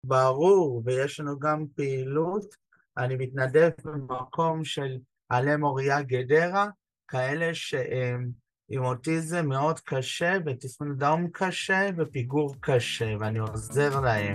ברור, ויש לנו גם פעילות. אני מתנדב במקום של עלה מוריה גדרה, כאלה שהם עם אוטיזם מאוד קשה, ותסמונת דאון קשה, ופיגור קשה, ואני עוזר להם.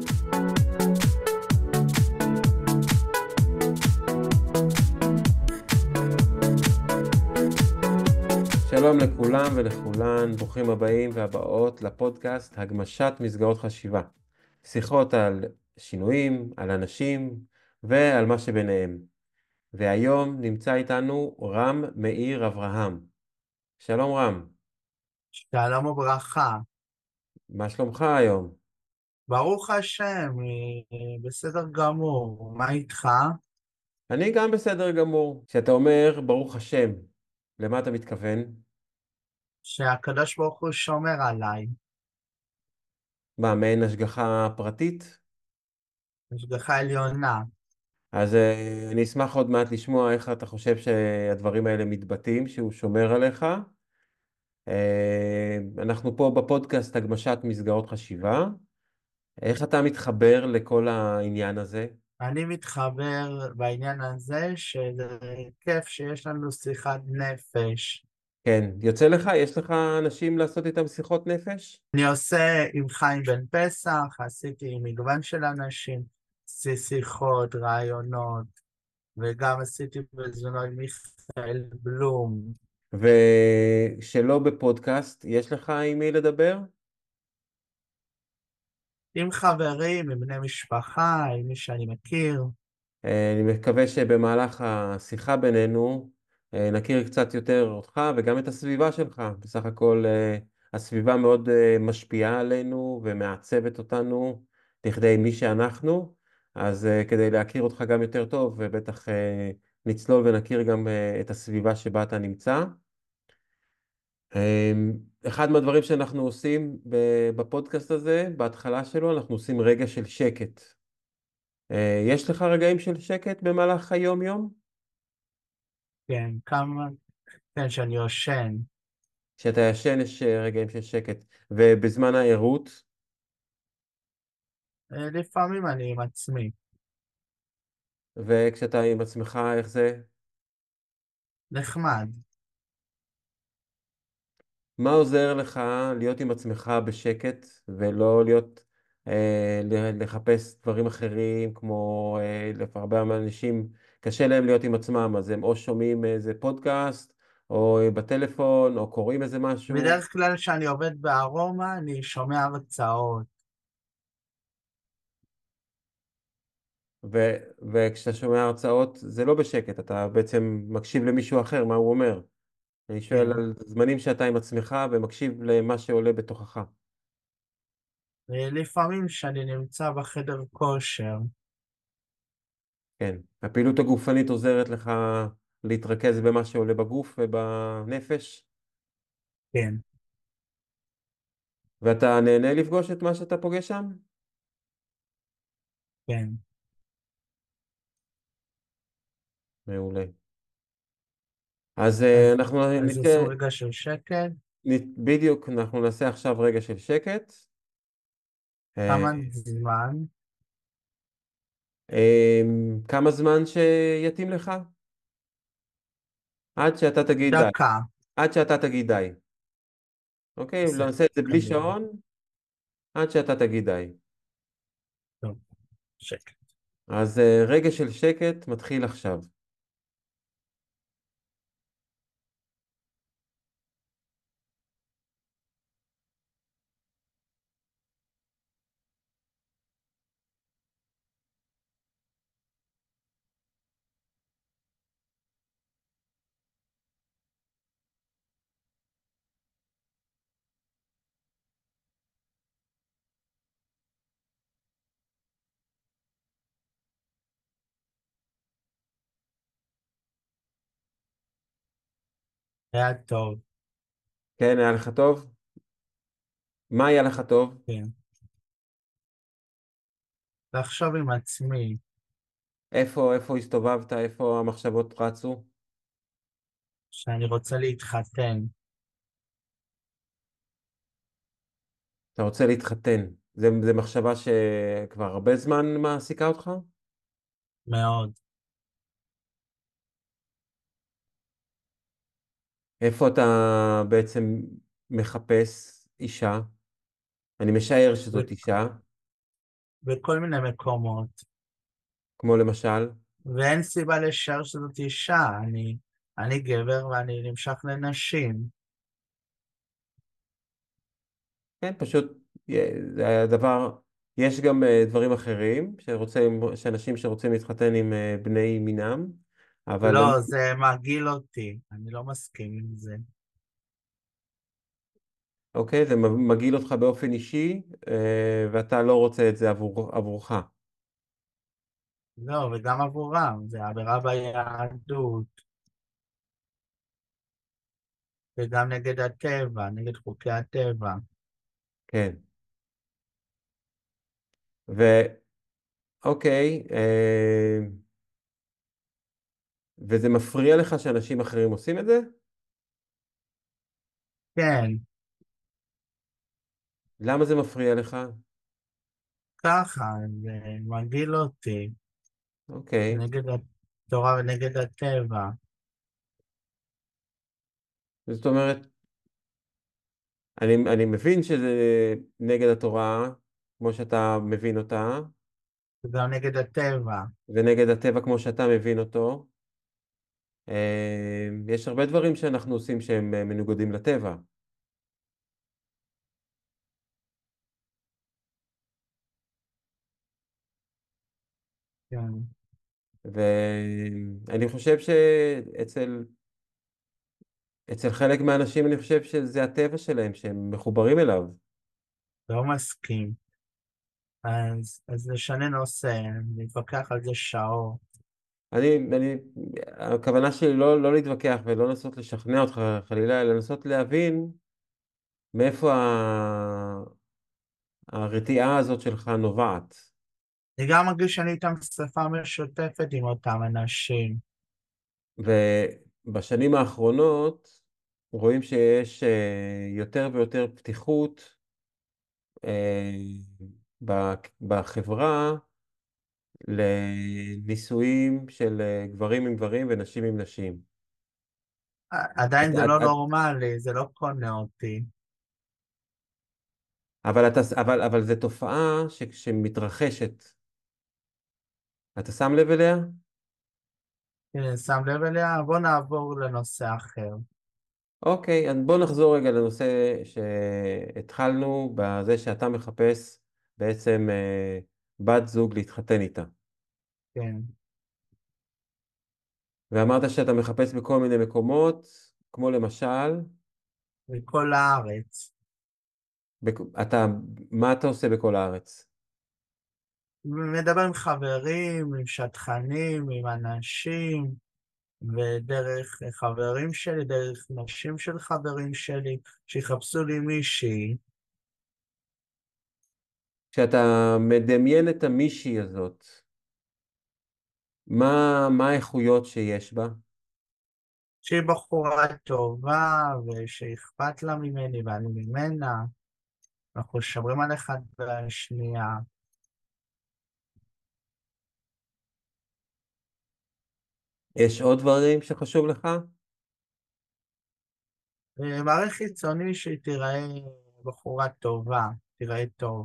שלום לכולם ולכולן, ברוכים הבאים והבאות לפודקאסט הגמשת מסגרות חשיבה. שיחות על שינויים, על אנשים ועל מה שביניהם. והיום נמצא איתנו רם מאיר אברהם. שלום רם, שלום וברכה. מה שלומך היום? ברוך השם, בסדר גמור. מה איתך? אני גם בסדר גמור. כשאתה אומר ברוך השם, למה אתה מתכוון? שהקדוש ברוך הוא שומר עליי. מה, מעין השגחה פרטית? השגחה עליונה. אז אני אשמח עוד מעט לשמוע איך אתה חושב שהדברים האלה מתבטאים, שהוא שומר עליך. אנחנו פה בפודקאסט הגמשת מסגרות חשיבה. איך אתה מתחבר לכל העניין הזה? אני מתחבר בעניין הזה שזה כיף שיש לנו שיחת נפש. כן, יוצא לך? יש לך אנשים לעשות איתם שיחות נפש? אני עושה עם חיים בן פסח, עשיתי עם מגוון של אנשים, עשיתי שיחות, רעיונות, וגם עשיתי בזמנו עם מיכאל בלום. ושלא בפודקאסט, יש לך עם מי לדבר? עם חברים, עם בני משפחה, עם מי שאני מכיר. אני מקווה שבמהלך השיחה בינינו נכיר קצת יותר אותך וגם את הסביבה שלך. בסך הכל הסביבה מאוד משפיעה עלינו ומעצבת אותנו לכדי מי שאנחנו, אז כדי להכיר אותך גם יותר טוב ובטח נצלול ונכיר גם את הסביבה שבה אתה נמצא. אחד מהדברים שאנחנו עושים בפודקאסט הזה, בהתחלה שלו, אנחנו עושים רגע של שקט. יש לך רגעים של שקט במהלך היום-יום? כן, כמה, כן, שאני יושן. כשאתה ישן יש רגעים של שקט. ובזמן הערות, לפעמים אני עם עצמי. וכשאתה עם עצמך, איך זה? נחמד. מה עוזר לך להיות עם עצמך בשקט ולא להיות, לחפש דברים אחרים, כמו הרבה אנשים קשה להם להיות עם עצמם, אז הם או שומעים איזה פודקאסט, או בטלפון, או קוראים איזה משהו. בדרך כלל כשאני עובד בארומה, אני שומע הרצאות. וכשאתה שומע הרצאות זה לא בשקט, אתה בעצם מקשיב למישהו אחר, מה הוא אומר. אני שואל כן. על זמנים שאתה עם עצמך ומקשיב למה שעולה בתוכך. לפעמים כשאני נמצא בחדר כושר. כן, הפעילות הגופנית עוזרת לך להתרכז במה שעולה בגוף ובנפש, כן, ואתה נהנה לפגוש את מה שאתה פוגש שם? כן. מעולה. אז אז, אנחנו אז עשו רגע של שקט. בדיוק, אנחנו נעשה עכשיו רגע של שקט. אה, כמה זמן? כמה זמן שיתאים לך? עד שאתה תגיד די. דקה. עד שאתה תגיד די. אוקיי, בסדר, נעשה את זה בלי קדימה. שעון, עד שאתה תגיד די. טוב, שקט. אז רגע של שקט מתחיל עכשיו. היה טוב. כן, היה לך טוב? מה היה לך טוב? כן. לחשוב עם עצמי, איפה הסתובבת? איפה המחשבות רצו? שאני רוצה להתחתן. אתה רוצה להתחתן. זה מחשבה שכבר הרבה זמן מעסיקה אותך? מאוד. איפה אתה בעצם מחפש אישה? אני משער ב- שזאת אישה, בכל מיני מקומות, כמו למשל, ואין סיבה לשער שזאת אישה. אני גבר ואני נמשך לנשים. כן, פשוט זה היה דבר, יש גם דברים אחרים, שאנשים שרוצים להתחתן עם בני מינם, אבל לא, זה מגעיל אותי, אני לא מסכים עם זה. אוקיי, זה מגעיל אותך באופן אישי, ואתה לא רוצה את זה עבורך. לא, וגם עבורם, זה עבירה ביהדות, וגם נגד הטבע, נגד חוקי הטבע. כן. ואוקיי, וזה מפריע לך שאנשים אחרים עושים את זה? כן, למה זה מפריע לך? ככה, זה מגעיל אותי, אוקיי, נגד התורה ונגד הטבע. זאת אומרת, אני מבין שזה נגד התורה, כמו שאתה מבין אותה, וגם נגד הטבע. ונגד הטבע כמו שאתה מבין אותו. יש הרבה דברים שאנחנו עושים שהם מנוגדים לטבע. כן, ואני חושב אצל חלק מהאנשים אני חושב שזה הטבע שלהם, שהם מחוברים אליו. לא מסכים. אז נשנה נושא, נתווכח על זה שעות. אני, הכוונה שלי לא להתווכח ולא לנסות לשכנע אותך חלילה, אלא לנסות להבין מאיפה הרתיעה הזאת שלך נובעת. אני גם מרגיש שאני איתם שפה משותפת עם אותם אנשים. ובשנים האחרונות רואים שיש יותר ויותר פתיחות בחברה לנישואים של גברים עם גברים ונשים עם נשים. עדיין את, זה את, לא את, נורמלי, זה לא קונה אותי. אבל זו תופעה שמתרחשת. אתה שם לב אליה? הנה, שם לב אליה? בוא נעבור לנושא אחר. אוקיי, אז בוא נחזור רגע לנושא שהתחלנו, בזה שאתה מחפש בעצם בת זוג להתחתן איתה. כן, ואמרת שאתה מחפש בכל מיני מקומות, כמו למשל, מכל הארץ. אתה, מה אתה עושה בכל הארץ? מדבר עם חברים, עם שטחנים, עם אנשים, ודרך חברים שלי, דרך נשים של חברים שלי, שיחפשו לי מישהי, כשאתה מדמיין את המישהי הזאת, מה האיכויות שיש בה? שהיא בחורה טובה, ושאכפת לה ממני ואני ממנה. אנחנו שומרים על אחד והשנייה. יש עוד דברים שחשוב לך? מראה חיצוני שהיא תיראה בחורה טובה, תיראה טוב.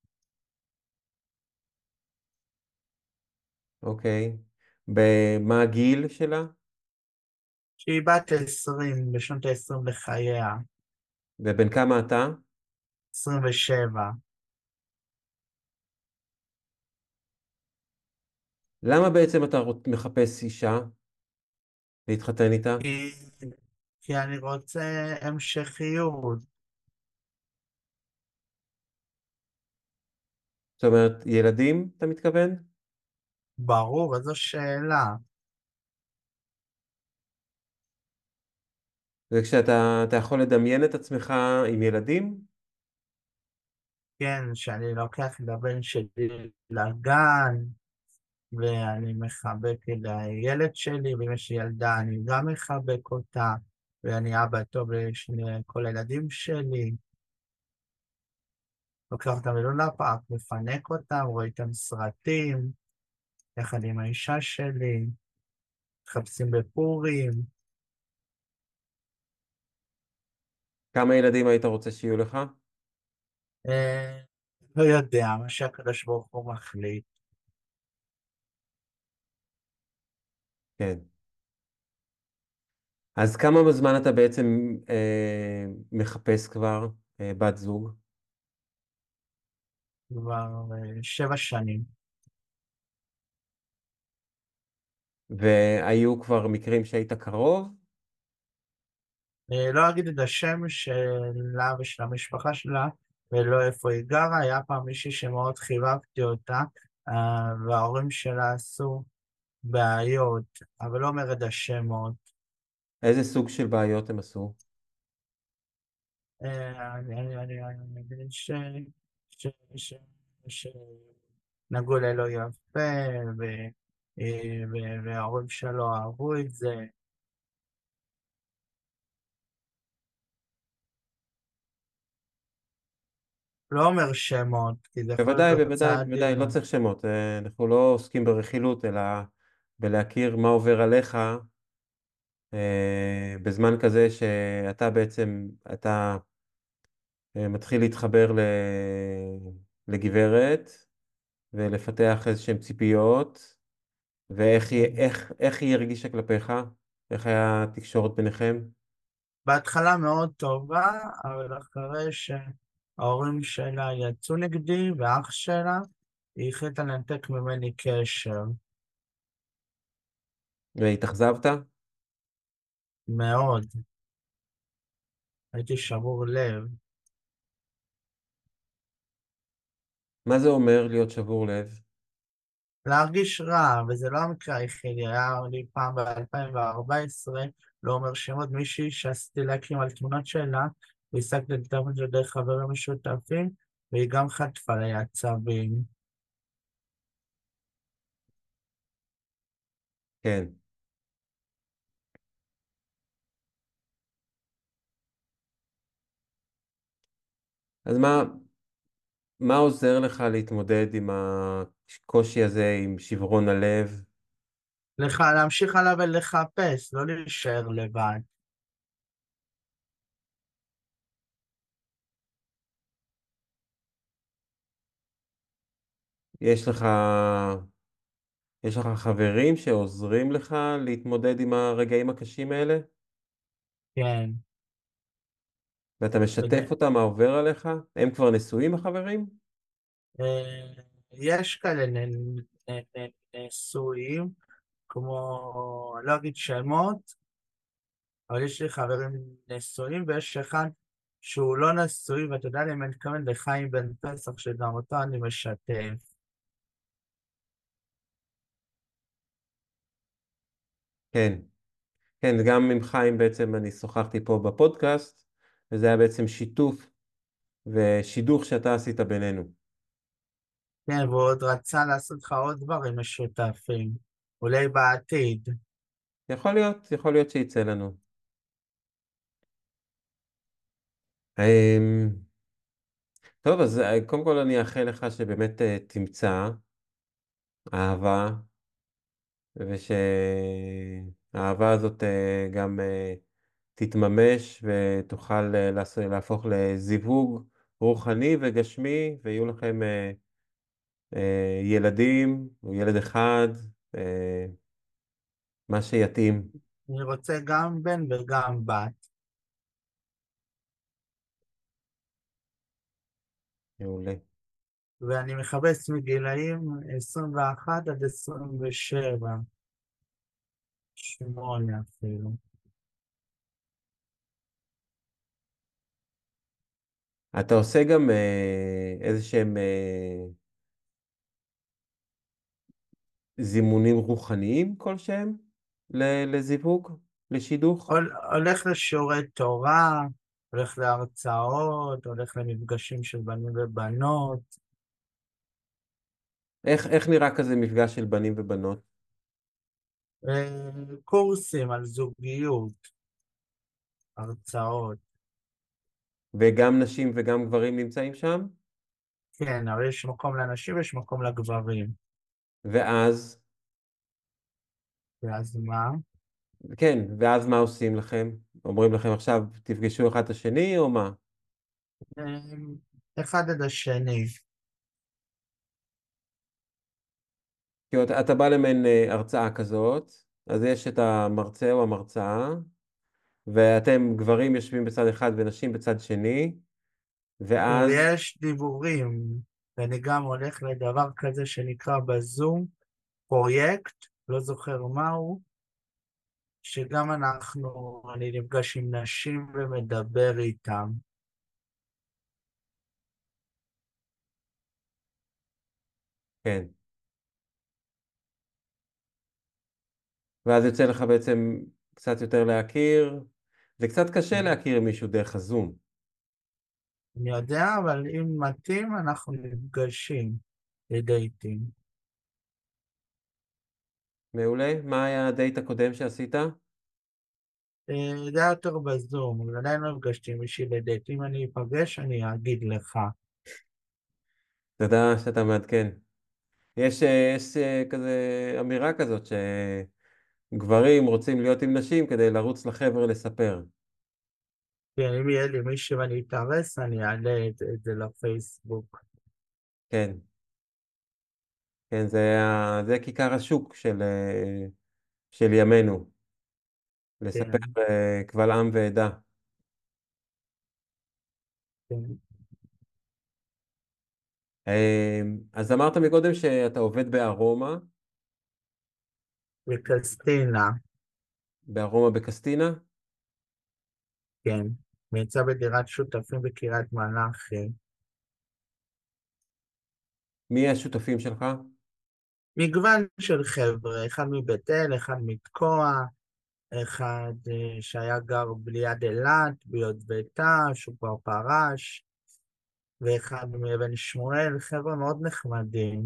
אוקיי. מה הגיל שלה? שהיא בת 20, בשנות ה-20 לחייה, ובן כמה אתה? 27. למה בעצם אתה מחפש אישה להתחתן איתה? כי, כי אני רוצה המשכיות. זאת אומרת, ילדים, אתה מתכוון? ברור, איזו שאלה. וכשאתה יכול לדמיין את עצמך עם ילדים? כן, שאני לוקח את הבן שלי לגן, ואני מחבק את הילד שלי, ואם יש לי ילדה אני גם מחבק אותה, ואני אבא טוב לשני כל הילדים שלי. לוקח אותם ללונה פארק, מפנק אותם, רואה איתם סרטים, יחד עם האישה שלי, מחפשים בפורים. כמה ילדים היית רוצה שיהיו לך? אה, לא יודע, מה שהקדוש ברוך הוא מחליט. כן. אז כמה זמן אתה בעצם מחפש כבר בת זוג? כבר 7 שנים. והיו כבר מקרים שהיית קרוב? לא אגיד את השם שלה ושל המשפחה שלה, ולא איפה היא גרה. היה פעם מישהי שמאוד חיבבתי אותה, וההורים שלה עשו בעיות, אבל לא אומר את השמות. איזה סוג של בעיות הם עשו? אני מבין ש, ש, שנגעו ללא יפה, ו, וההורים שלו אהבו את זה. לא אומר שמות, כי זה יכול בוודאי, להיות בוודאי, הוצאה בוודאי, לא דיבה. צריך שמות. אנחנו לא עוסקים ברכילות, אלא בלהכיר מה עובר עליך בזמן כזה שאתה בעצם, אתה מתחיל להתחבר לגברת ולפתח איזשהן ציפיות, ואיך היא, איך היא הרגישה כלפיך? איך היה התקשורת ביניכם? בהתחלה מאוד טובה, אבל אחרי שההורים שלה יצאו נגדי ואח שלה, היא החליטה לנתק ממני קשר. והתאכזבת? מאוד. הייתי שבור לב. מה זה אומר להיות שבור לב? להרגיש רע, וזה לא המקרה היחידי, היה לי פעם ב-2014, לא אומר שמות, מישהי שעשיתי לייקים על תמונות שלה, והשגתי את הטלפון שלה דרך חברים משותפים, והיא גם חטפה לי עצבים. כן. אז מה עוזר לך להתמודד עם הקושי הזה, עם שברון הלב? להמשיך הלאה ולחפש, לא להישאר לבד. יש לך, יש לך חברים שעוזרים לך להתמודד עם הרגעים הקשים האלה? כן. ואתה משתף וג- אותם מה עובר עליך? הם כבר נשואים החברים? אה, יש כאלה נשואים, כמו, לא אגיד שמות, אבל יש לי חברים נשואים, ויש אחד שהוא לא נשוי, ואתה יודע לי, אני מתכוון לחיים בן פסח, שגם אותו אני משתף. כן. כן, גם עם חיים בעצם אני שוחחתי פה בפודקאסט, וזה היה בעצם שיתוף ושידוך שאתה עשית בינינו. כן, והוא עוד רצה לעשות לך עוד דברים משותפים, אולי בעתיד. יכול להיות שיצא לנו. אמ, טוב, אז קודם כל אני אאחל לך שבאמת תמצא אהבה, ושהאהבה הזאת גם תתממש ותוכל להפוך לזיווג רוחני וגשמי, ויהיו לכם ילדים, או ילד אחד, אה, מה שיתאים. אני רוצה גם בן וגם בת. מעולה. ואני מחפש מגילאים 21 עד 27, 8 אפילו. אתה עושה גם איזה שהם זימונים רוחניים כלשהם לזיווג, לשידוך? הולך לשיעורי תורה, הולך להרצאות, הולך למפגשים של בנים ובנות. איך נראה כזה מפגש של בנים ובנות? קורסים על זוגיות, הרצאות. וגם נשים וגם גברים נמצאים שם? כן, אבל יש מקום לנשים ויש מקום לגברים. ואז, ואז מה? כן, ואז מה עושים לכם? אומרים לכם עכשיו תפגשו אחד את השני או מה? אמ, אחד עד השני. כי אתה בא למין הרצאה כזאת, אז יש את המרצה או המרצה, ואתם גברים יושבים בצד אחד ונשים בצד שני, ואז, ויש דיבורים, ואני גם הולך לדבר כזה שנקרא בזום פרויקט, לא זוכר מהו, שגם אני נפגש עם נשים ומדבר איתם. כן, ואז יוצא לך בעצם קצת יותר להכיר. זה קצת קשה להכיר מישהו דרך הזום. אני יודע, אבל אם מתאים, אנחנו נפגשים לדייטים. מעולה. מה היה הדייט הקודם שעשית? זה היה יותר בזום, אבל עדיין לא נפגשתי עם מישהי לדייט. אם אני אפגש, אני אגיד לך. תודה שאתה מעדכן. יש כזה אמירה כזאת שגברים רוצים להיות עם נשים כדי לרוץ לחבר לספר. כן, אם יהיה לי מישהו ואני אתארס, אני אעלה את זה לפייסבוק. כן, כן, זה כיכר השוק של ימינו, לספר כן, קבל עם ועדה. כן. אז אמרת מקודם שאתה עובד בארומה, וקסטינה, בארומה בקסטינה. כן. נמצא בדירת שותפים בקריית מלאכי. מי השותפים שלך? מגוון של חבר'ה, אחד מבית אל, אחד מתקוע, אחד שהיה גר ליד אילת, ביודבתה, שהוא כבר פרש, ואחד מאבן שמואל, חבר'ה מאוד נחמדים.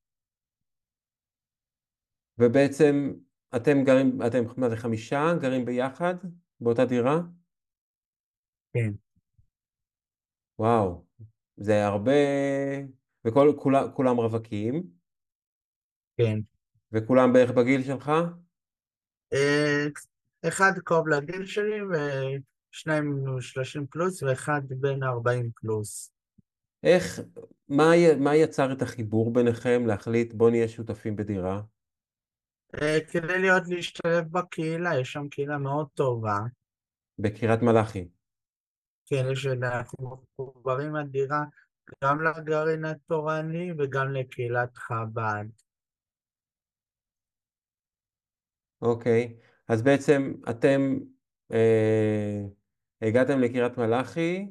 ובעצם אתם מה זה, חמישה גרים ביחד באותה דירה? כן, וואו, זה הרבה, כולם רווקים, כן. וכולם בערך בגיל שלך? אה, אחד קרוב לגיל שלי, ושניים 30 פלוס, ואחד בן 40 פלוס. איך, מה יצר את החיבור ביניכם להחליט בוא נהיה שותפים בדירה? כדי להשתלב בקהילה, יש שם קהילה מאוד טובה. בקריית מלאכי. כן, אנחנו מחוברים לדירה גם לגרעין התורני וגם לקהילת חב"ד. אוקיי, אז בעצם אתם אה, הגעתם לקריית מלאכי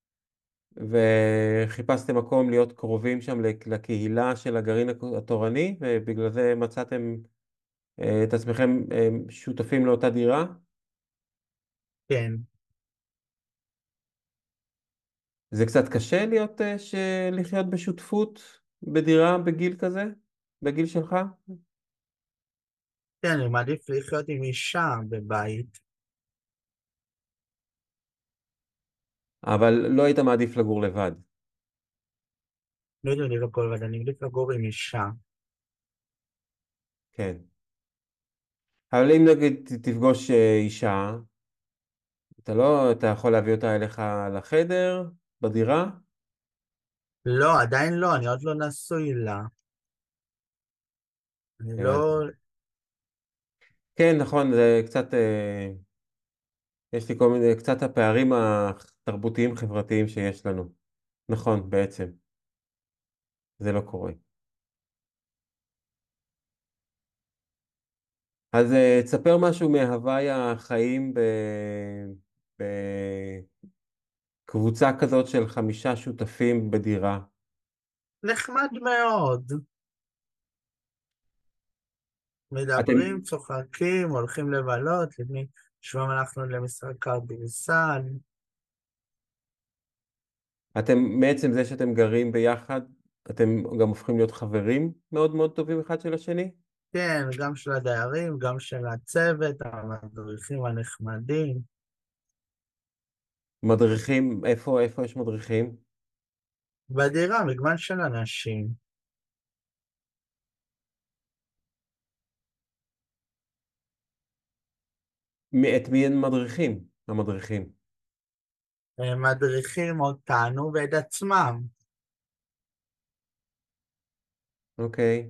וחיפשתם מקום להיות קרובים שם לקהילה של הגרעין התורני, ובגלל זה מצאתם את עצמכם שותפים לאותה דירה? כן, זה קצת קשה לחיות בשותפות בדירה בגיל כזה? בגיל שלך? כן, אני מעדיף לחיות עם אישה בבית. אבל לא היית מעדיף לגור לבד. לא יודעים לי לכל לבד, אני מעדיף לגור עם אישה. כן. אבל אם נגיד תפגוש אישה, אתה יכול להביא אותה אליך לחדר, בדירה? לא, עדיין לא, אני עוד לא נשוי לה. אני הבנתי. לא... כן, נכון, זה קצת, יש לי כל מיני, קצת הפערים התרבותיים חברתיים שיש לנו. נכון, בעצם, זה לא קורה. אז תספר משהו מהוואי החיים בקבוצה כזאת של חמישה שותפים בדירה. נחמד מאוד. אתם, מדברים, צוחקים, הולכים לבלות, לפני שבועיים הלכנו למשחק כדורסל. מעצם זה שאתם גרים ביחד, אתם גם הופכים להיות חברים מאוד מאוד טובים אחד של השני? כן, גם של הדיירים, גם של הצוות, המדריכים הנחמדים. מדריכים, איפה יש מדריכים? בדירה מגוון של אנשים. את מי הם מדריכים, המדריכים? הם מדריכים אותנו ואת עצמם. אוקיי.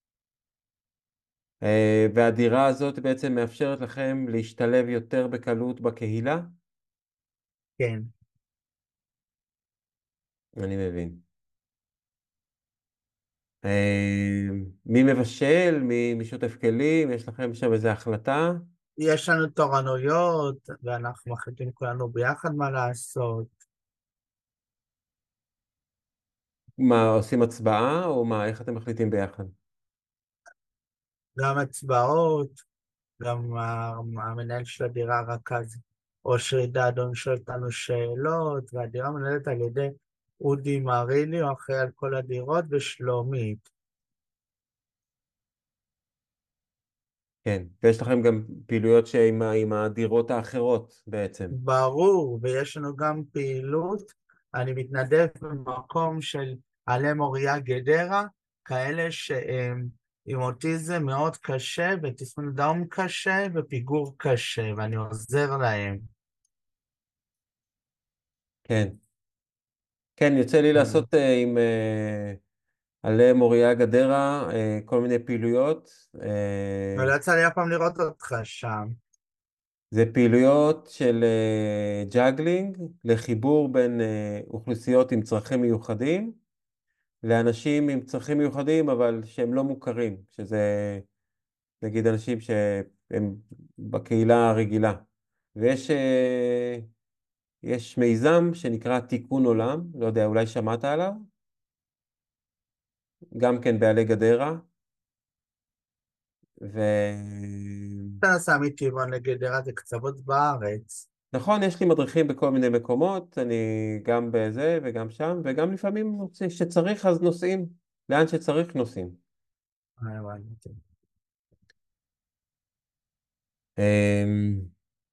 והדירה הזאת בעצם מאפשרת לכם להשתלב יותר בקלות בקהילה? כן. אני מבין. מי מבשל? מי שוטף כלים? יש לכם שם איזו החלטה? יש לנו תורנויות, ואנחנו מחליטים כולנו ביחד מה לעשות. מה, עושים הצבעה או מה? איך אתם מחליטים ביחד? גם הצבעות, גם המנהל של הדירה רכז אושרי דדון שואל אותנו שאלות, והדירה מנהלת על ידי אודי מרילי, הוא אחראי על כל הדירות, ושלומית. כן. ויש לכם גם פעילויות עם הדירות האחרות בעצם. ברור, ויש לנו גם פעילות, אני מתנדב במקום של עלה מוריה גדרה, כאלה שהם עם אוטיזם מאוד קשה, ותסמונת דאון קשה, ופיגור קשה, ואני עוזר להם. כן. כן, יוצא לי כן. לעשות עם עלה מוריה גדרה כל מיני פעילויות. אבל לא יצא לי אף פעם לראות אותך שם. זה פעילויות של ג'אגלינג לחיבור בין אוכלוסיות עם צרכים מיוחדים לאנשים עם צרכים מיוחדים אבל שהם לא מוכרים, שזה נגיד אנשים שהם בקהילה הרגילה. ויש יש מיזם שנקרא תיקון עולם, לא יודע, אולי שמעת עליו? גם כן בעלי גדרה. אתה נסע מטבעון לגדרה, זה קצוות בארץ. נכון, יש לי מדריכים בכל מיני מקומות, אני גם בזה וגם שם, וגם לפעמים שצריך אז נוסעים, לאן שצריך נוסעים. הבנתי. אמ,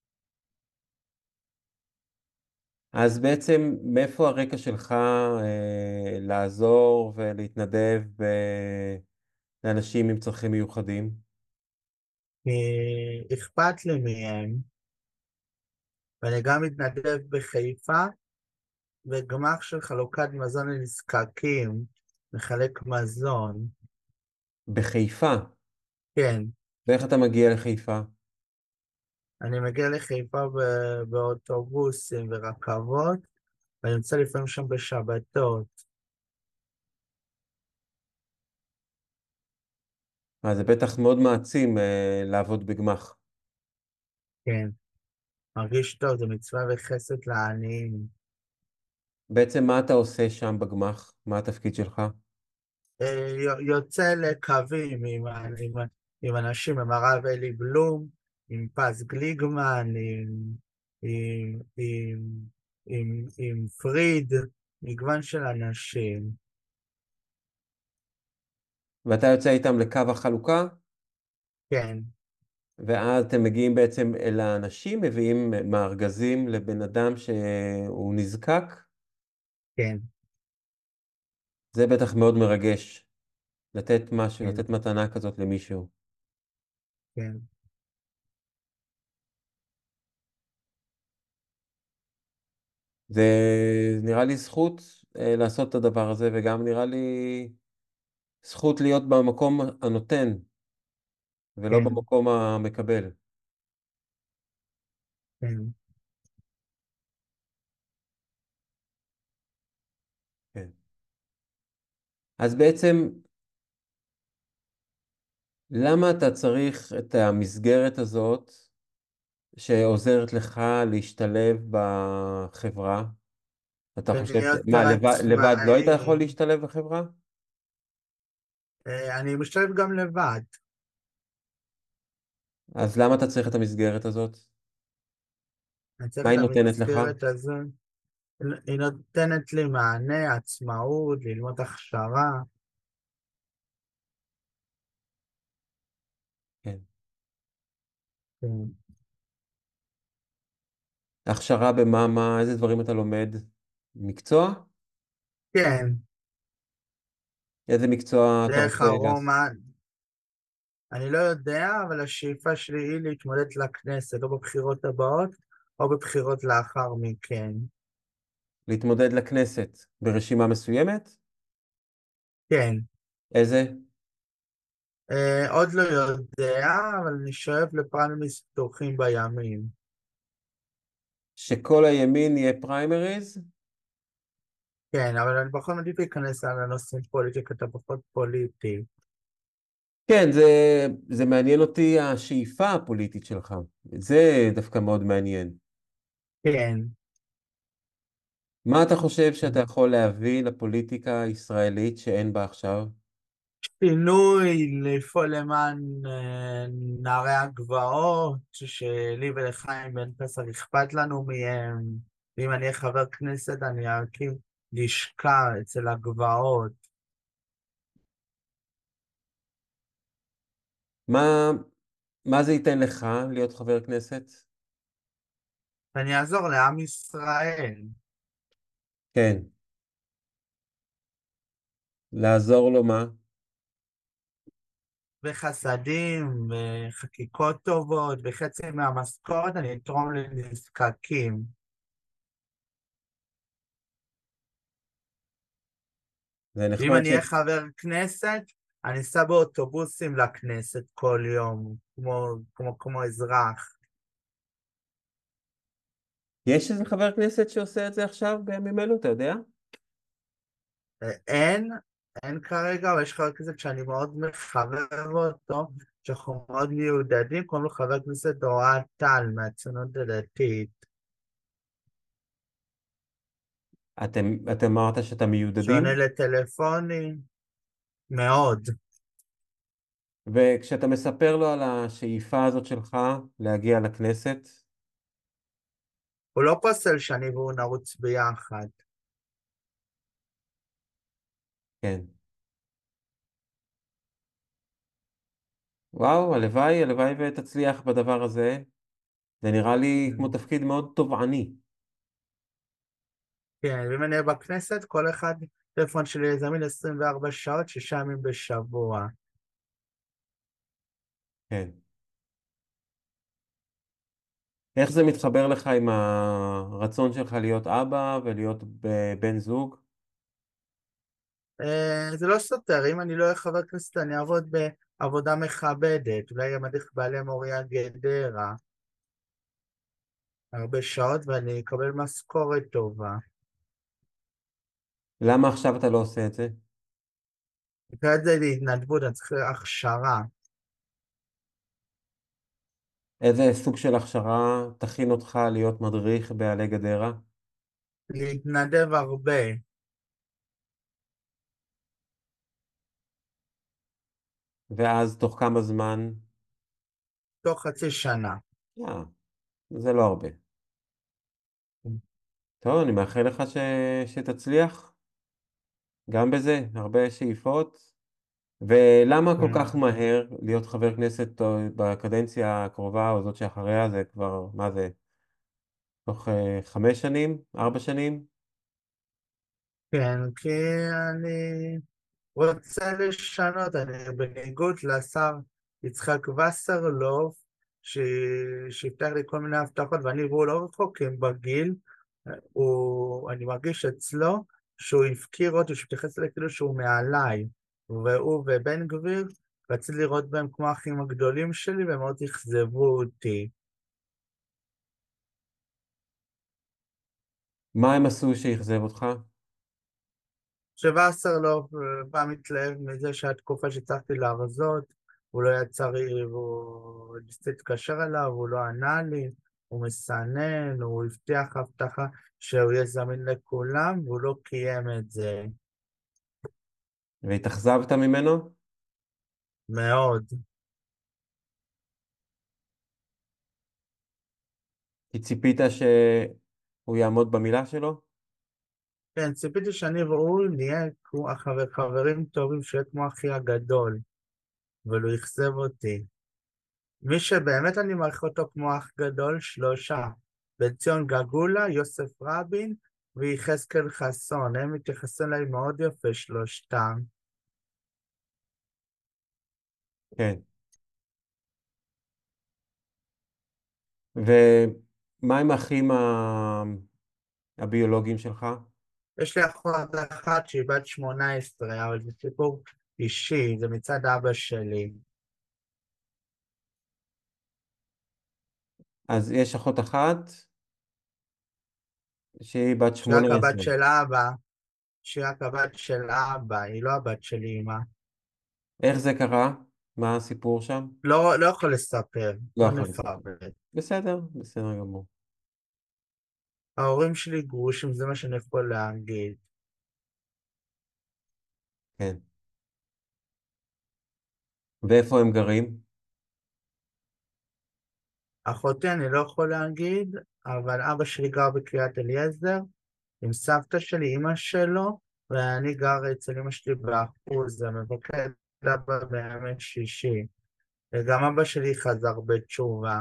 אז בעצם מאיפה הרקע שלך לעזור ולהתנדב לאנשים עם צרכים מיוחדים? אכפת לי מהם, ואני גם מתנדב בחיפה, בגמ"ח של חלוקת מזון לנזקקים, מחלק מזון. בחיפה. כן, ואיך אתה מגיע לחיפה? אני מגיע לחיפה באוטובוסים ורכבות, ואני נמצא לפעמים שם בשבתות. זה בטח מאוד מעצים לעבוד בגמ"ח. כן, מרגיש טוב, זה מצווה וחסד לעניים. בעצם מה אתה עושה שם בגמ"ח? מה התפקיד שלך? יוצא לקווים עם אנשים, עם הרב אלי בלום, עם פז גליגמן, עם, עם פריד, מגוון של אנשים. ואתה יוצא איתם לקו החלוקה? כן, ואז אתם מגיעים בעצם אל האנשים, מביאים מארגזים לבן אדם שהוא נזקק. כן, זה בטח מאוד מרגש, לתת משהו, כן, לתת מתנה כזאת למישהו. כן. זה נראה לי זכות לעשות את הדבר הזה, וגם נראה לי זכות להיות במקום הנותן, ולא כן, במקום המקבל. כן. כן. אז בעצם, למה אתה צריך את המסגרת הזאת שעוזרת לך להשתלב בחברה? אתה חושב, ולהיות מה, יותר לבד לא היית עצמאי. יכול להשתלב בחברה? אני משתלב גם לבד. אז למה אתה צריך את המסגרת הזאת? אני מה צריך את היא נותנת לך? המסגרת הזו. היא נותנת לי מענה, עצמאות, ללמוד הכשרה. כן. כן. הכשרה במה, איזה דברים אתה לומד? מקצוע? כן, איזה מקצוע אתה דרך רוצה לעשות? הרומן. אני לא יודע, אבל השאיפה שלי היא להתמודד לכנסת, או בבחירות הבאות, או בבחירות לאחר מכן. להתמודד לכנסת ברשימה מסוימת? כן, איזה? עוד לא יודע, אבל אני שואף לפריימריז פתוחים בימין. שכל הימין יהיה פריימריז? כן, אבל אני בכל זאת מעדיף להיכנס על הנושאים פוליטיים, כי אתה פחות פוליטי. כן, זה מעניין אותי השאיפה הפוליטית שלך. זה דווקא מאוד מעניין. כן. מה אתה חושב שאתה יכול להביא לפוליטיקה הישראלית שאין בה עכשיו? שינוי, לפעול למען נערי הגבעות, שלי ולחיים בן פסח אכפת לנו מהם. ואם אני אהיה חבר כנסת, אני אקים לשכה אצל הגבעות. מה, מה זה ייתן לך להיות חבר כנסת? ואני אעזור לעם ישראל, כן, לעזור לו מה? בחסדים, בחקיקות טובות, בחצי מהמשכורת אני אתרום לנזקקים. זה ואם נחמד אני אהיה חבר כנסת, אני אסע באוטובוסים לכנסת כל יום, כמו אזרח. יש איזה חבר כנסת שעושה את זה עכשיו בימים אלו, אתה יודע? אין, אין כרגע, אבל יש חבר כנסת שאני מאוד מחבב אותו, שאנחנו מאוד מיודדים, קוראים לו חבר כנסת אוהד טל מהציונות הדתית, אתם אמרת שאתה שעונה מיודדים, לטלפונים, מאוד. וכשאתה מספר לו על השאיפה הזאת שלך להגיע לכנסת, הוא לא פוסל שאני והוא נרוץ ביחד. כן. וואו, הלוואי, הלוואי ותצליח בדבר הזה. זה נראה לי כמו תפקיד מאוד תובעני. כן, ואם אני אהיה בכנסת, כל אחד, טלפון שלי יהיה זמין 24 שעות, 6 ימים בשבוע. כן. איך זה מתחבר לך עם הרצון שלך להיות אבא ולהיות בן זוג? זה לא סותר, אם אני לא אהיה חבר כנסת, אני אעבוד בעבודה מכבדת, אולי גם מדריך בעלי מוריה גדרה, הרבה שעות ואני אקבל משכורת טובה. למה עכשיו אתה לא עושה את זה? נקרא את זה להתנדבות, אני צריך הכשרה, איזה סוג של הכשרה תכין אותך להיות מדריך בעלי גדרה? להתנדב הרבה, ואז תוך כמה זמן? תוך חצי שנה. אה, זה לא הרבה. טוב, אני מאחל לך שתצליח גם בזה, הרבה שאיפות. ולמה כל כך כן, מהר להיות חבר כנסת בקדנציה הקרובה או זאת שאחריה? זה כבר, מה זה, תוך 5 שנים? 4 שנים? כן, כי אני רוצה לשנות, אני בניגוד לשר יצחק וסרלוף, ש... שהבטיח לי כל מיני הבטחות, ואני והוא לא רחוקים בגיל, אני מרגיש אצלו שהוא הפקיר אותי, שהוא מתייחס אליי כאילו שהוא מעליי, והוא ובן גביר, רציתי לראות בהם כמו האחים הגדולים שלי, והם מאוד אכזבו אותי. מה הם עשו שאכזב אותך? שווסרלוף בא מתלהב מזה שהתקופה שהצלחתי להרזות, הוא לא יצא לי, והוא ניסה להתקשר אליו, הוא לא ענה לי, הוא מסנן, הוא הבטיח הבטחה שהוא יהיה זמין לכולם, והוא לא קיים את זה והתאכזבת ממנו? מאוד. כי ציפית שהוא יעמוד במילה שלו? כן, ציפיתי שאני והוא נהיה כמו חברים טובים, שיהיה כמו אחי הגדול, אבל הוא אכזב אותי. מי שבאמת אני מעריך אותו כמו אח גדול, שלושה: בן ציון גגולה, יוסף רבין ויחזקאל חסון, הם מתייחסים אליי מאוד יפה שלושתם. כן. ומה עם האחים הביולוגיים שלך? יש לי אחות אחת שהיא בת 18, אבל זה סיפור אישי, זה מצד אבא שלי. אז יש אחות אחת שהיא בת שהיא רק הבת 18. של אבא, שהיא רק הבת של אבא, היא לא הבת של אמא. איך זה קרה? מה הסיפור שם? לא יכול לספר, לא לא יכול לספר. נפרט. בסדר, בסדר גמור. ההורים שלי גרושים, זה מה שאני יכול להגיד. כן. ואיפה הם גרים? אחותי אני לא יכול להגיד, אבל אבא שלי גר בקריית אליעזר, עם סבתא שלי, אמא שלו, ואני גר אצל אמא שלי באחוז, המבקר אבא בימי שישי. וגם אבא שלי חזר בתשובה.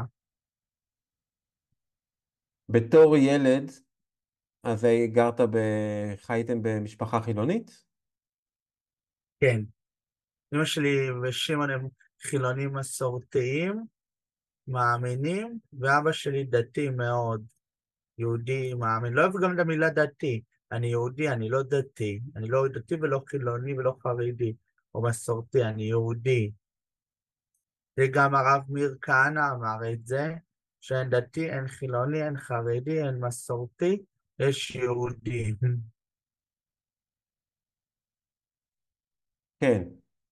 בתור ילד, אז חייתם במשפחה חילונית? כן, אמא שלי ושמעון הם חילונים מסורתיים, מאמינים, ואבא שלי דתי מאוד, יהודי מאמין. לא אוהב גם את המילה דתי. אני יהודי, אני לא דתי. אני לא דתי ולא חילוני ולא חרדי או מסורתי, אני יהודי. וגם הרב מאיר כהנא אמר את זה, שאין דתי, אין חילוני, אין חרדי, אין מסורתי, יש יהודי. כן.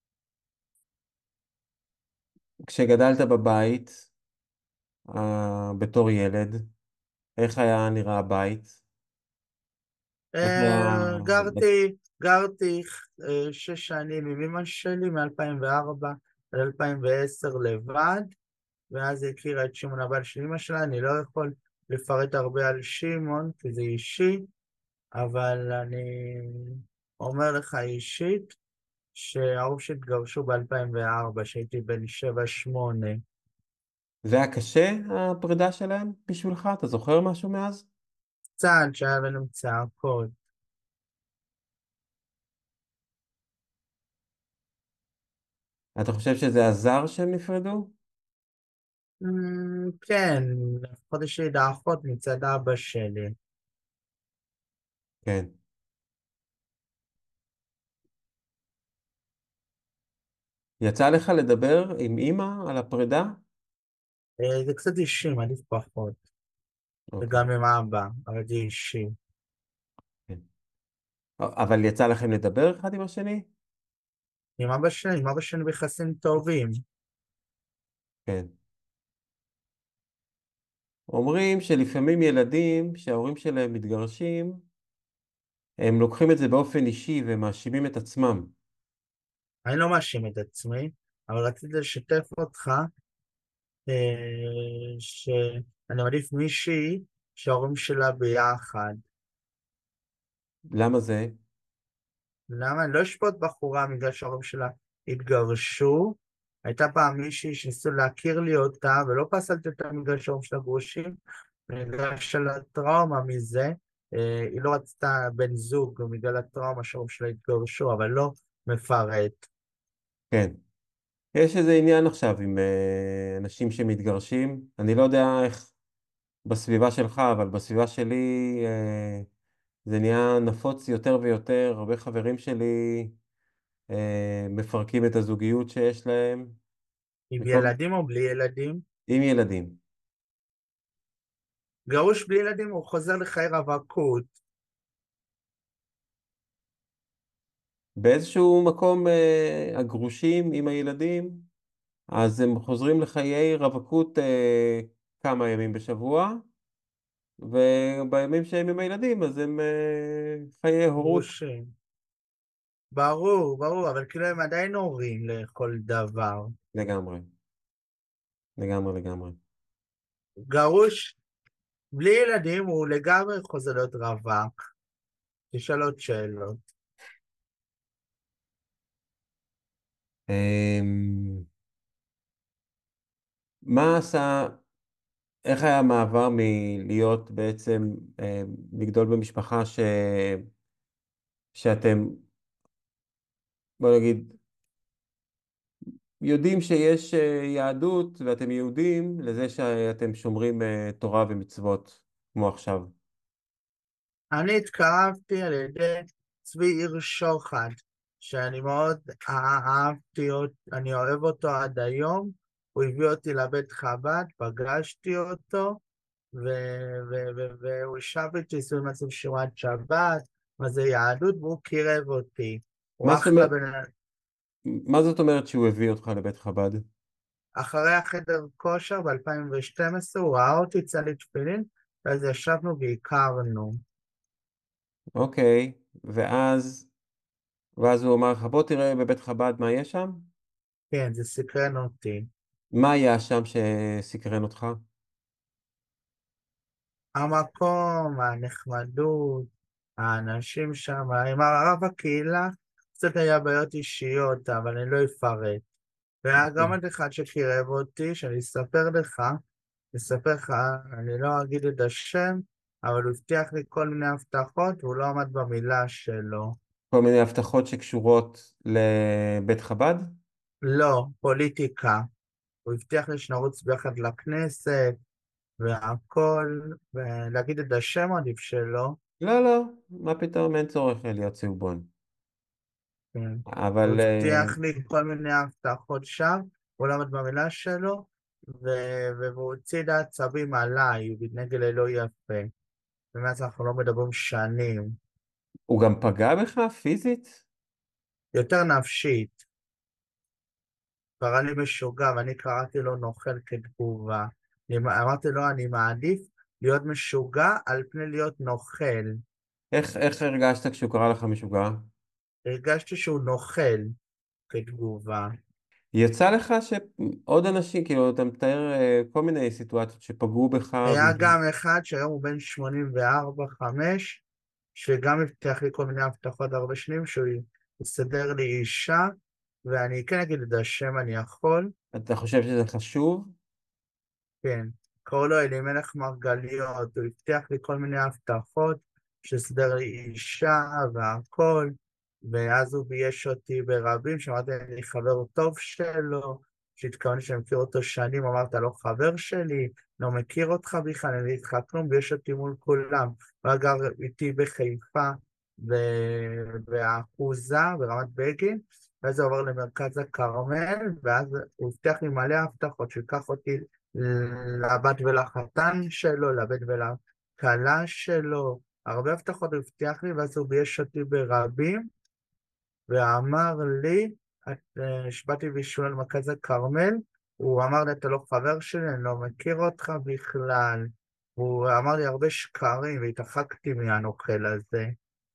כשגדלת בבית, בתור ילד, איך היה נראה הבית? איך היה... גרתי 6 שנים עם אמא שלי מ-2004 עד 2010 לבד, ואז היא הכירה את שמעון הבעל של אמא שלה. אני לא יכול לפרט הרבה על שמעון כי זה אישי, אבל אני אומר לך אישית שההורים שהתגרשו ב-2004, שהייתי בן 7-8. זה היה קשה, הפרידה שלהם בשבילך? אתה זוכר משהו מאז? קצת שהיה לנו צעקות. אתה חושב שזה עזר שהם נפרדו? כן, לפחות יש לי את האחות מצד אבא שלי. כן. יצא לך לדבר עם אימא על הפרידה? זה קצת אישי, מעדיף פחות. אוקיי. וגם עם אבא, אבל זה אישי. כן. אבל יצא לכם לדבר אחד עם השני? עם אבא שלי ביחסים טובים. כן. אומרים שלפעמים ילדים שההורים שלהם מתגרשים, הם לוקחים את זה באופן אישי ומאשימים את עצמם. אני לא מאשים את עצמי, אבל רציתי לשתף אותך שאני מעדיף מישהי שההורים שלה ביחד. למה זה? למה? אני לא אשפוט בחורה בגלל שההורים שלה התגרשו. הייתה פעם מישהי שניסו להכיר לי אותה, ולא פסלתי אותה בגלל שההורים שלה גרושים, בגלל של הטראומה מזה. היא לא רצתה בן זוג בגלל הטראומה שההורים שלה התגרשו, אבל לא מפרט. כן. יש איזה עניין עכשיו עם אנשים שמתגרשים. אני לא יודע איך בסביבה שלך, אבל בסביבה שלי זה נהיה נפוץ יותר ויותר. הרבה חברים שלי מפרקים את הזוגיות שיש להם, עם מכל... ילדים או בלי ילדים? עם ילדים. גרוש בלי ילדים הוא חוזר לחיי רווקות. באיזשהו מקום הגרושים עם הילדים, אז הם חוזרים לחיי רווקות כמה ימים בשבוע, ובימים שהם עם הילדים אז הם חיי הורות. גרושים. ברור, ברור, אבל כאילו הם עדיין הורים לכל דבר. לגמרי, לגמרי, לגמרי. גרוש בלי ילדים הוא לגמרי חוזר להיות רווק. תשאל עוד שאלות. אמ, מה עשה, איך היה המעבר מלהיות בעצם, לגדול במשפחה שאתם, בוא נגיד, יודעים שיש יהדות ואתם יהודים, לזה שאתם שומרים תורה ומצוות כמו עכשיו? אני התקרבתי על ידי צבי עיר שוחט, שאני מאוד אהבתי אותו, אני אוהב אותו עד היום. הוא הביא אותי לבית חב"ד, פגשתי אותו, והוא ישב איתי סביב מצב שירת שבת, מה זה יהדות, והוא קירב אותי. הוא מה זאת אחלה אומרת, בן אדם. מה זאת אומרת שהוא הביא אותך לבית חב"ד? אחרי החדר כושר ב-2012 הוא ראה אותי, צא לי תפילין, ואז ישבנו והכרנו. אוקיי, ואז הוא אמר לך, בוא תראה בבית חב"ד מה יש שם? כן, זה סקרן אותי. מה היה שם שסקרן אותך? המקום, הנחמדות, האנשים שם, עם הרב הקהילה, קצת היה בעיות אישיות, אבל אני לא אפרט. והיה גם עוד אחד שקירב אותי, שאני אספר לך, אני לא אגיד את השם, אבל הוא הבטיח לי כל מיני הבטחות, והוא לא עמד במילה שלו. כל מיני הבטחות שקשורות לבית חב"ד? לא, פוליטיקה. הוא הבטיח לי שנרוץ ביחד לכנסת, והכל, ולהגיד את השם עדיף שלא. לא, לא, מה פתאום, אין צורך להיות צהובון. כן. הוא אבל הבטיח לי כל מיני הבטחות שם, הוא לא עמד במילה שלו, והוא הוציא את העצבים עליי, הוא מתנהג אליי לא יפה. ומאז אנחנו לא מדברים שנים. הוא גם פגע בך פיזית? יותר נפשית, קרא לי משוגע, ואני קראתי לו נוכל כתגובה. אמרתי לו, אני מעדיף להיות משוגע על פני להיות נוכל. איך הרגשת כשהוא קרא לך משוגע? הרגשתי שהוא נוכל כתגובה. יצא לך שעוד אנשים, כאילו, אתה מתאר כל מיני סיטואציות שפגעו בך, היה גם אחד שהיום הוא בן 84-5, שגם הבטיח לי כל מיני הבטחות הרבה שנים, שהוא יסדר לי אישה, ואני כן אגיד את השם, אני יכול, אתה חושב שזה חשוב? כן. קראו לו אלימלך מרגליות, הוא הבטיח לי כל מיני הבטחות, שיסדר לי אישה והכל, ואז הוא בייש אותי ברבים, שאמרתי, אני חבר טוב שלו, שהתכוונתי שאני מכיר אותו שנים, אמרת, לא חבר שלי, לא מכיר אותך בכלל, אין לי איתך כלום, בייש אותי מול כולם. הוא גר איתי בחיפה, באחוזה, ברמת בגין, ואז הוא עבר למרכז הכרמל, ואז הוא הבטיח לי מלא הבטחות, שיקח אותי לבת ולחתן שלו, לבת ולכלה שלו, הרבה הבטחות הוא הבטיח לי, ואז הוא בייש אותי ברבים, ואמר לי, שבאתי בישול על מרכז הכרמל, הוא אמר לי, אתה לא חבר שלי, אני לא מכיר אותך בכלל. הוא אמר לי הרבה שקרים, והתרחקתי מהנוכל הזה.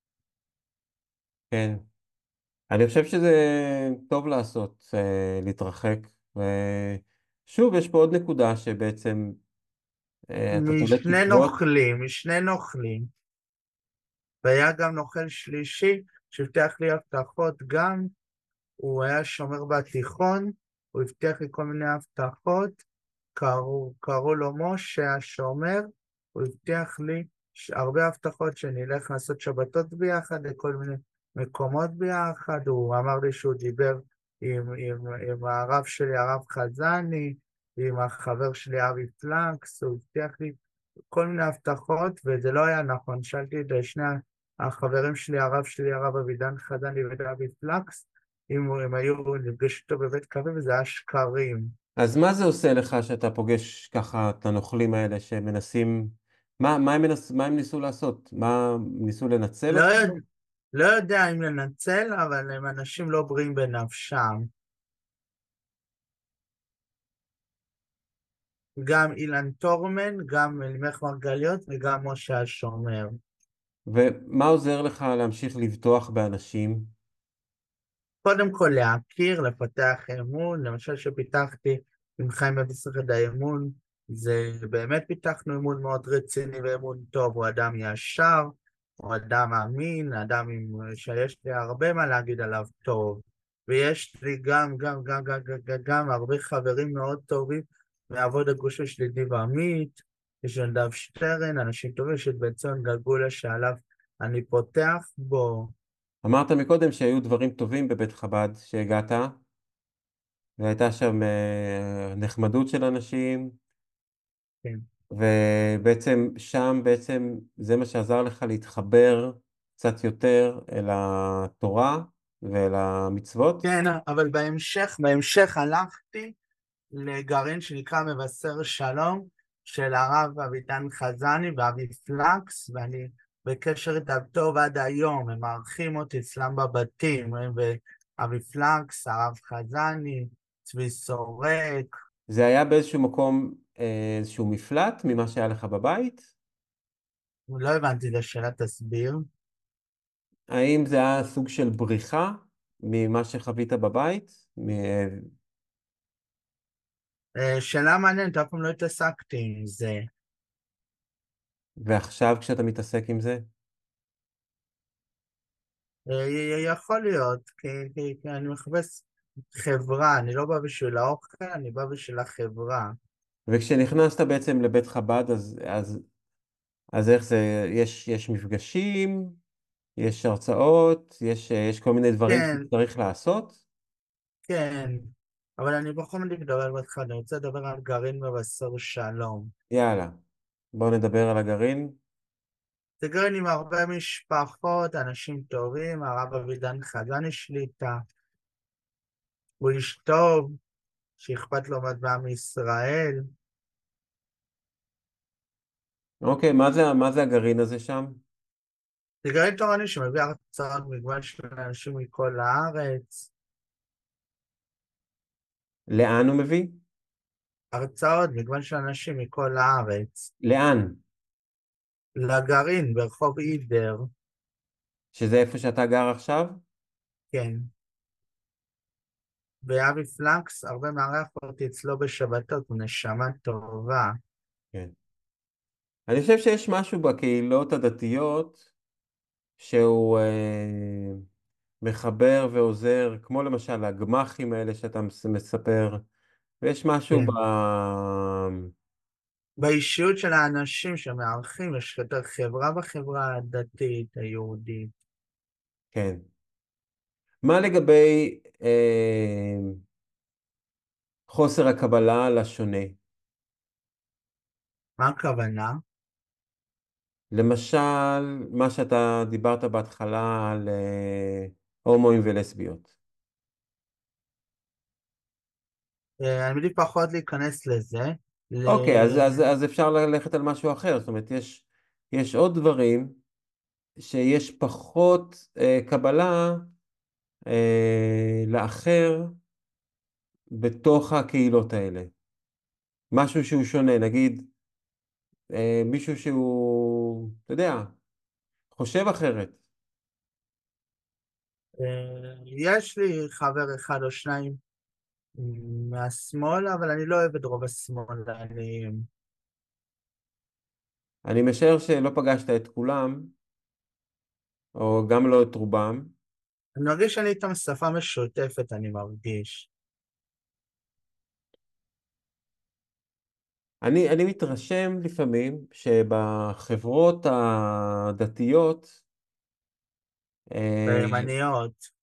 כן. אני חושב שזה טוב לעשות, להתרחק. ושוב, יש פה עוד נקודה שבעצם אתה תולה תקוות. משני נוכלים. והיה גם נוכל שלישי, שהבטיח לי הבטחות גם, הוא היה שומר בתיכון, הוא הבטיח לי כל מיני הבטחות, קראו לו משה השומר, הוא הבטיח לי הרבה הבטחות שנלך לעשות שבתות ביחד לכל מיני מקומות ביחד, הוא אמר לי שהוא דיבר עם הרב שלי, הרב חזני, עם החבר שלי אבי פלקס, הוא הבטיח לי כל מיני הבטחות, וזה לא היה נכון. שאלתי את שני החברים שלי, הרב שלי, הרב אבידן חזני ודוד פלקס, אם הם היו נפגש איתו בבית קפה, וזה היה שקרים. אז מה זה עושה לך שאתה פוגש ככה את הנוכלים האלה שמנסים, מה הם ניסו לעשות? מה, ניסו לנצל לא, אותך? לא יודע אם לנצל, אבל הם אנשים לא בריאים בנפשם. גם אילן טורמן, גם אלימלך מרגליות וגם משה השומר. ומה עוזר לך להמשיך לבטוח באנשים? קודם כל להכיר, לפתח אמון, למשל שפיתחתי עם חיים במסכת האמון, זה באמת פיתחנו אמון מאוד רציני ואמון טוב, הוא אדם ישר, הוא אדם אמין, שיש לי הרבה מה להגיד עליו טוב, ויש לי גם הרבה חברים מאוד טובים, מעבוד הגוש השליטי ועמית, יש נדב שטרן, אנשים טובים, יש את בן ציון גלגולה שעליו אני פותח בו. אמרת מקודם שהיו דברים טובים בבית חב"ד שהגעת, והייתה שם נחמדות של אנשים, כן, ובעצם שם בעצם זה מה שעזר לך להתחבר קצת יותר אל התורה ואל המצוות. כן, אבל בהמשך הלכתי לגרעין שנקרא מבשר שלום של הרב אביטן חזני ואבי פלקס, ואני בקשר איתם טוב עד היום, הם מארחים אותי אצלם בבתים, הם ואבי פלקס, הרב חזני, צבי סורק. זה היה באיזשהו מקום, איזשהו מפלט ממה שהיה לך בבית? לא הבנתי את השאלה, תסביר. האם זה היה סוג של בריחה ממה שחווית בבית? שאלה מעניינת, אף פעם לא התעסקתי עם זה. ועכשיו כשאתה מתעסק עם זה? יכול להיות, כי אני מחפש חברה, אני לא בא בשביל האוכל, אני בא בשביל החברה. וכשנכנסת בעצם לבית חב"ד, אז איך זה, יש מפגשים, יש הרצאות, יש כל מיני דברים כן, שצריך לעשות? כן, אבל אני בכל זאת מדבר איתך, אני רוצה לדבר על גרעין מבשר שלום. יאללה, בואו נדבר על הגרעין. זה גרעין עם הרבה משפחות, אנשים טובים, הרב אבידן חזני שליטה, הוא איש טוב, שאכפת לו מאוד מעם ישראל. אוקיי, מה זה הגרעין הזה שם? זה גרעין תורני שמביא הרצאות מגוון של אנשים מכל הארץ, לאן הוא מביא? הרצאות מגוון של אנשים מכל הארץ, לאן? לגרעין ברחוב אידר, שזה איפה שאתה גר עכשיו? כן. ואבי פלקס הרבה מארח אותי אצלו בשבתות, הוא נשמה טובה. כן. אני חושב שיש משהו בקהילות הדתיות שהוא מחבר ועוזר, כמו למשל הגמ"חים האלה שאתה מספר, ויש משהו כן. באישיות של האנשים שמארחים, יש יותר חברה בחברה הדתית, היהודית. כן. מה לגבי חוסר הקבלה לשונה? מה הכוונה? למשל, מה שאתה דיברת בהתחלה על הומואים ולסביות. אני מעדיף פחות להיכנס לזה. ל... אוקיי, אז אפשר ללכת על משהו אחר. זאת אומרת, יש עוד דברים שיש פחות קבלה לאחר בתוך הקהילות האלה. משהו שהוא שונה, נגיד מישהו שהוא, אתה יודע, חושב אחרת. יש לי חבר אחד או שניים מהשמאל, אבל אני לא אוהב את רוב השמאלנים. אני משער שלא פגשת את כולם, או גם לא את רובם. אני מרגיש שאני איתם שפה משותפת, אני מרגיש. אני מתרשם לפעמים שבחברות הדתיות, אה, בימניות.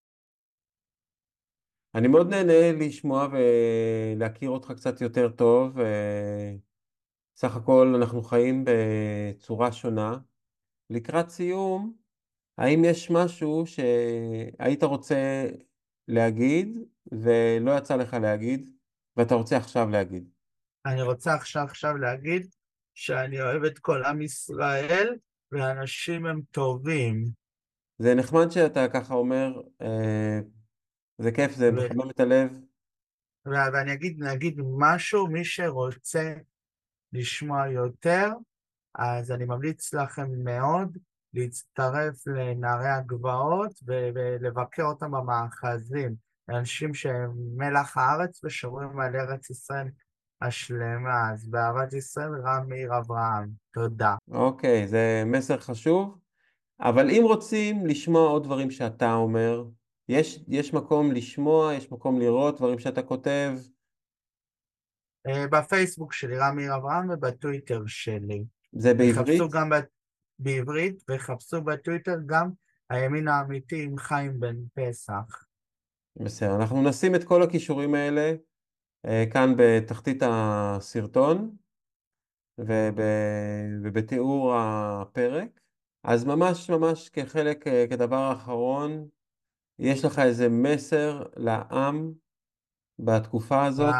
אני מאוד נהנה לשמוע ולהכיר אותך קצת יותר טוב. סך הכל אנחנו חיים בצורה שונה. לקראת סיום, האם יש משהו שהיית רוצה להגיד ולא יצא לך להגיד, ואתה רוצה עכשיו להגיד? אני רוצה עכשיו להגיד שאני אוהב את כל עם ישראל, ואנשים הם טובים. זה נחמד שאתה ככה אומר, זה כיף, זה ו- מחמם את הלב. ואני אגיד משהו, מי שרוצה לשמוע יותר, אז אני ממליץ לכם מאוד להצטרף לנערי הגבעות ולבקר אותם במאחזים. אנשים שהם מלח הארץ ושומרים על ארץ ישראל השלמה. אז באהבת ישראל, רב מאיר אברהם. תודה. אוקיי, זה מסר חשוב, אבל אם רוצים לשמוע עוד דברים שאתה אומר, יש מקום לשמוע, יש מקום לראות דברים שאתה כותב. בפייסבוק שלי רמי אברהם ובטוויטר שלי. זה וחפשו בעברית? גם בעברית, וחפשו בטוויטר גם הימין האמיתי עם חיים בן פסח. בסדר, אנחנו נשים את כל הכישורים האלה כאן בתחתית הסרטון וב... ובתיאור הפרק. אז ממש ממש כחלק, כדבר אחרון, יש לך איזה מסר לעם בתקופה הזאת?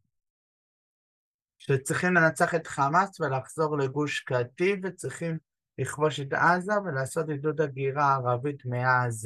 שצריכים לנצח את חמאס ולחזור לגוש קטיף, וצריכים לכבוש את עזה ולעשות עידוד הגירה ערבית מעזה,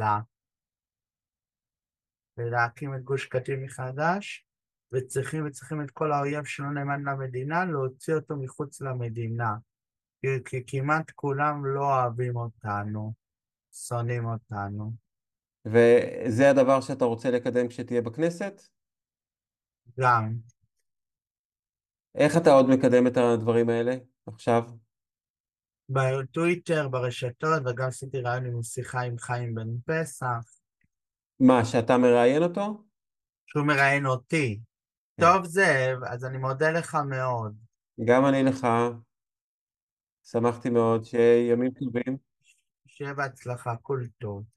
ולהקים את גוש קטיף מחדש, וצריכים את כל האויב שלא נאמן למדינה, להוציא אותו מחוץ למדינה. כי כמעט כולם לא אוהבים אותנו, שונאים אותנו. וזה הדבר שאתה רוצה לקדם כשתהיה בכנסת? גם איך אתה עוד מקדם את הדברים האלה עכשיו? בטוויטר, ברשתות, וגם עשיתי רעיון עם שיחה עם חיים בן פסח, מה, שאתה מראיין אותו? שהוא מראיין אותי. כן. טוב, זאב, אז אני מודה לך מאוד. גם אני לך, שמחתי מאוד, שיהיה ימים טובים. שיהיה בהצלחה, כל טוב.